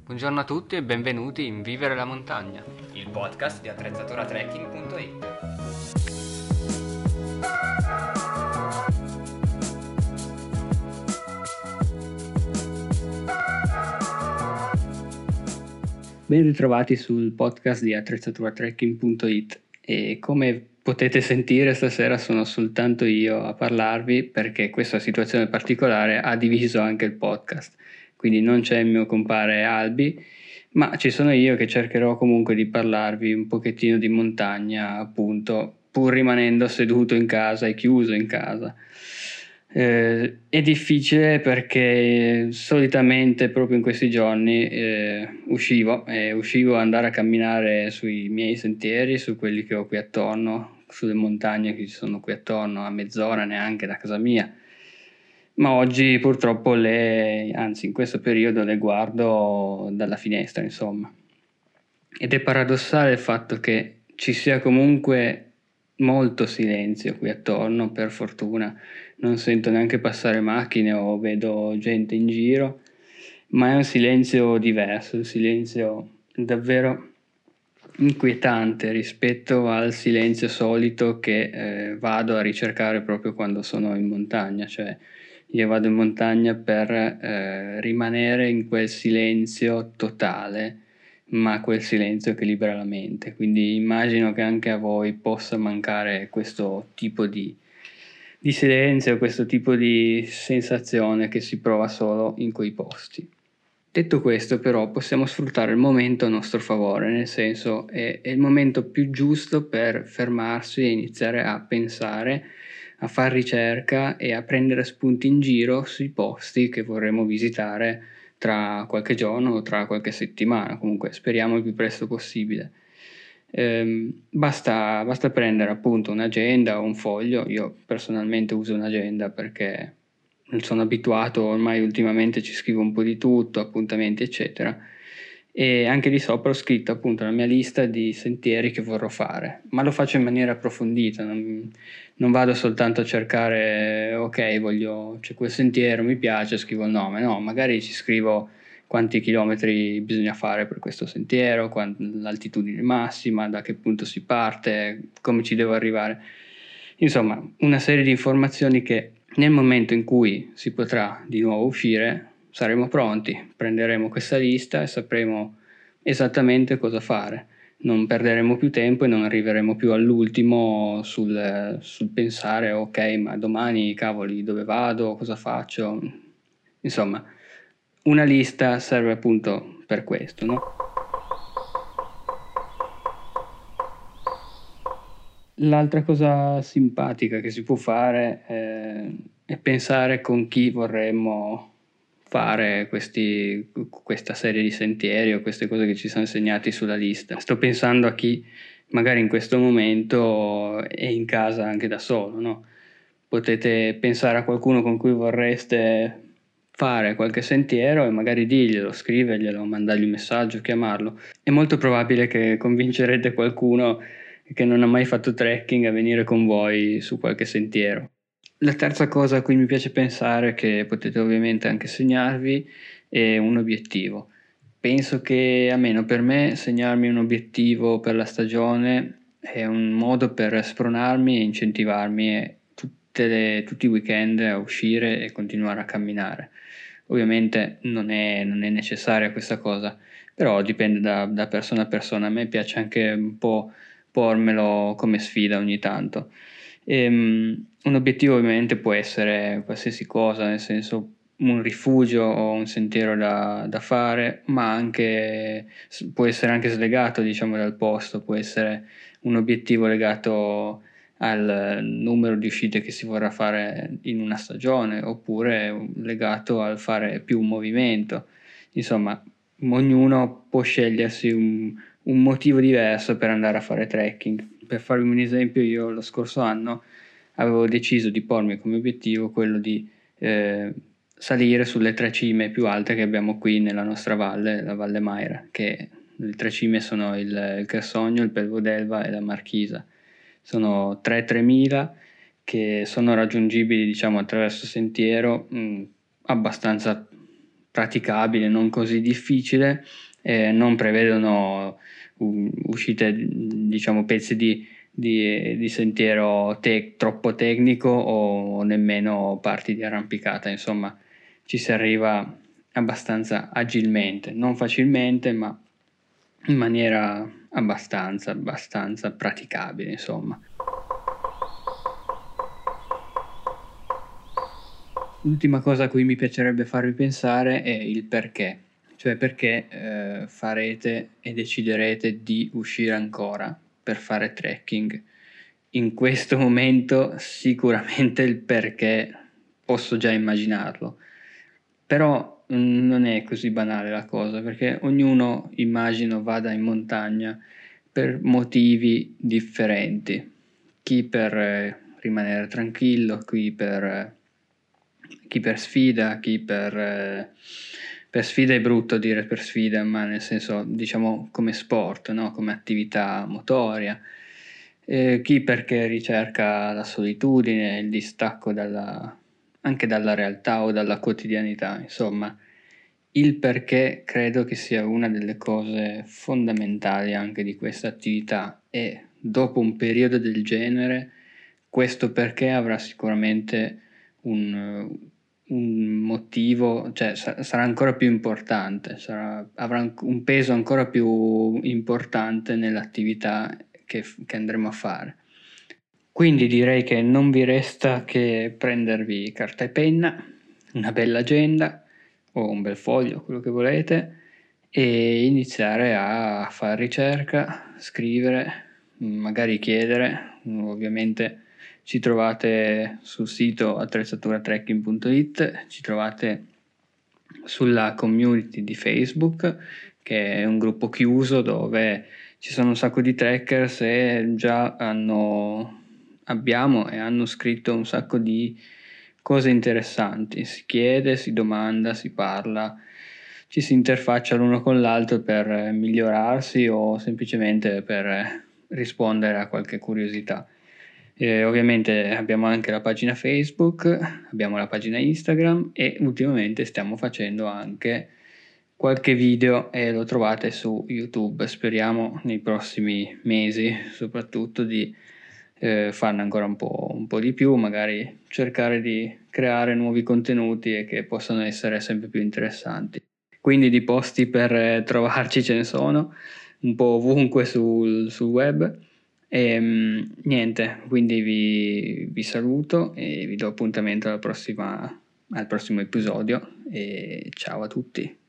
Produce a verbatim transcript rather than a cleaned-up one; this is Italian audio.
Buongiorno a tutti e benvenuti in Vivere la montagna, il podcast di attrezzatura trekking punto it. Ben ritrovati sul podcast di attrezzatura trekking punto it e come potete sentire stasera sono soltanto io a parlarvi perché questa situazione particolare ha diviso anche il podcast, quindi non c'è il mio compare Albi, ma ci sono io che cercherò comunque di parlarvi un pochettino di montagna, appunto, pur rimanendo seduto in casa e chiuso in casa. Eh, è difficile perché solitamente proprio in questi giorni eh, uscivo e uscivo ad andare a camminare sui miei sentieri, su quelli che ho qui attorno, sulle montagne che ci sono qui attorno, a mezz'ora neanche da casa mia. Ma oggi purtroppo le, anzi in questo periodo le guardo dalla finestra, insomma. Ed è paradossale il fatto che ci sia comunque molto silenzio qui attorno, per fortuna. Non sento neanche passare macchine o vedo gente in giro, ma è un silenzio diverso, un silenzio davvero inquietante rispetto al silenzio solito che eh, vado a ricercare proprio quando sono in montagna, cioè io vado in montagna per eh, rimanere in quel silenzio totale, ma quel silenzio che libera la mente, quindi immagino che anche a voi possa mancare questo tipo di di silenzio, questo tipo di sensazione che si prova solo in quei posti. Detto questo, però, possiamo sfruttare il momento a nostro favore, nel senso è, è il momento più giusto per fermarsi e iniziare a pensare, a fare ricerca e a prendere spunti in giro sui posti che vorremmo visitare tra qualche giorno o tra qualche settimana, comunque speriamo il più presto possibile. Eh, basta, basta prendere appunto un'agenda o un foglio. Io personalmente uso un'agenda perché sono abituato, ormai ultimamente ci scrivo un po' di tutto, appuntamenti eccetera, e anche di sopra ho scritto appunto la mia lista di sentieri che vorrò fare, ma lo faccio in maniera approfondita, non, non vado soltanto a cercare ok, voglio, c'è quel sentiero, mi piace, scrivo il nome, no, magari ci scrivo quanti chilometri bisogna fare per questo sentiero, l'altitudine massima, da che punto si parte, come ci devo arrivare. Insomma, una serie di informazioni che nel momento in cui si potrà di nuovo uscire saremo pronti, prenderemo questa lista e sapremo esattamente cosa fare. Non perderemo più tempo e non arriveremo più all'ultimo sul, sul pensare ok, ma domani cavoli dove vado, cosa faccio? Insomma, una lista serve appunto per questo, no? L'altra cosa simpatica che si può fare eh, è pensare con chi vorremmo fare questi, questa serie di sentieri o queste cose che ci sono segnati sulla lista. Sto pensando a chi magari in questo momento è in casa anche da solo, no? Potete pensare a qualcuno con cui vorreste fare qualche sentiero e magari dirglielo, scriverglielo, mandargli un messaggio, chiamarlo. È molto probabile che convincerete qualcuno che non ha mai fatto trekking a venire con voi su qualche sentiero. La terza cosa a cui mi piace pensare, che potete ovviamente anche segnarvi, è un obiettivo. Penso che, almeno per me, segnarmi un obiettivo per la stagione è un modo per spronarmi e incentivarmi tutte le, tutti i weekend a uscire e continuare a camminare. Ovviamente non è, non è necessaria questa cosa, però dipende da, da persona a persona. A me piace anche un po' pormelo come sfida ogni tanto. E, um, un obiettivo ovviamente può essere qualsiasi cosa, nel senso un rifugio o un sentiero da, da fare, ma anche può essere anche slegato, diciamo, dal posto, può essere un obiettivo legato al numero di uscite che si vorrà fare in una stagione, oppure legato al fare più movimento. Insomma, ognuno può scegliersi un, un motivo diverso per andare a fare trekking. Per farvi un esempio, io lo scorso anno avevo deciso di pormi come obiettivo quello di eh, salire sulle tre cime più alte che abbiamo qui nella nostra valle, la Valle Maira, che le tre cime sono il, il Carsogno, il Pelvo d'Elva e la Marchisa. Sono tre tremila che sono raggiungibili, diciamo, attraverso sentiero mh, abbastanza praticabile, non così difficile, eh, non prevedono uh, uscite, diciamo, pezzi di, di, di sentiero te- troppo tecnico o nemmeno parti di arrampicata, insomma ci si arriva abbastanza agilmente, non facilmente, ma in maniera abbastanza, abbastanza praticabile, insomma. L'ultima cosa a cui mi piacerebbe farvi pensare è il perché, cioè perché eh, farete e deciderete di uscire ancora per fare trekking. In questo momento sicuramente il perché posso già immaginarlo, però mh, non è così banale la cosa, perché ognuno, immagino, vada in montagna per motivi differenti, chi per eh, rimanere tranquillo, chi per... Eh, chi per sfida, chi per, eh, per sfida è brutto dire per sfida, ma nel senso, diciamo, come sport, no? Come attività motoria, eh, chi perché ricerca la solitudine, il distacco dalla, anche dalla realtà o dalla quotidianità, insomma. Il perché credo che sia una delle cose fondamentali anche di questa attività, e dopo un periodo del genere questo perché avrà sicuramente un, un motivo, cioè sa- sarà ancora più importante, sarà- avrà un peso ancora più importante nell'attività che, che andremo a fare. Quindi direi che non vi resta che prendervi carta e penna, una bella agenda o un bel foglio, quello che volete, e iniziare a fare ricerca, scrivere, magari chiedere. Ovviamente ci trovate sul sito attrezzatura trekking punto it, ci trovate sulla community di Facebook, che è un gruppo chiuso dove ci sono un sacco di trekkers e già hanno, abbiamo e hanno scritto un sacco di cose interessanti. Si chiede, si domanda, si parla, ci si interfaccia l'uno con l'altro per migliorarsi o semplicemente per rispondere a qualche curiosità. Eh, ovviamente abbiamo anche la pagina Facebook, abbiamo la pagina Instagram e ultimamente stiamo facendo anche qualche video e lo trovate su YouTube. Speriamo nei prossimi mesi soprattutto di eh, farne ancora un po', un po' di più, magari cercare di creare nuovi contenuti e che possano essere sempre più interessanti. Quindi di posti per eh, trovarci ce ne sono un po' ovunque sul, sul web. E mh, niente, quindi vi, vi saluto e vi do appuntamento alla prossima, al prossimo episodio e ciao a tutti.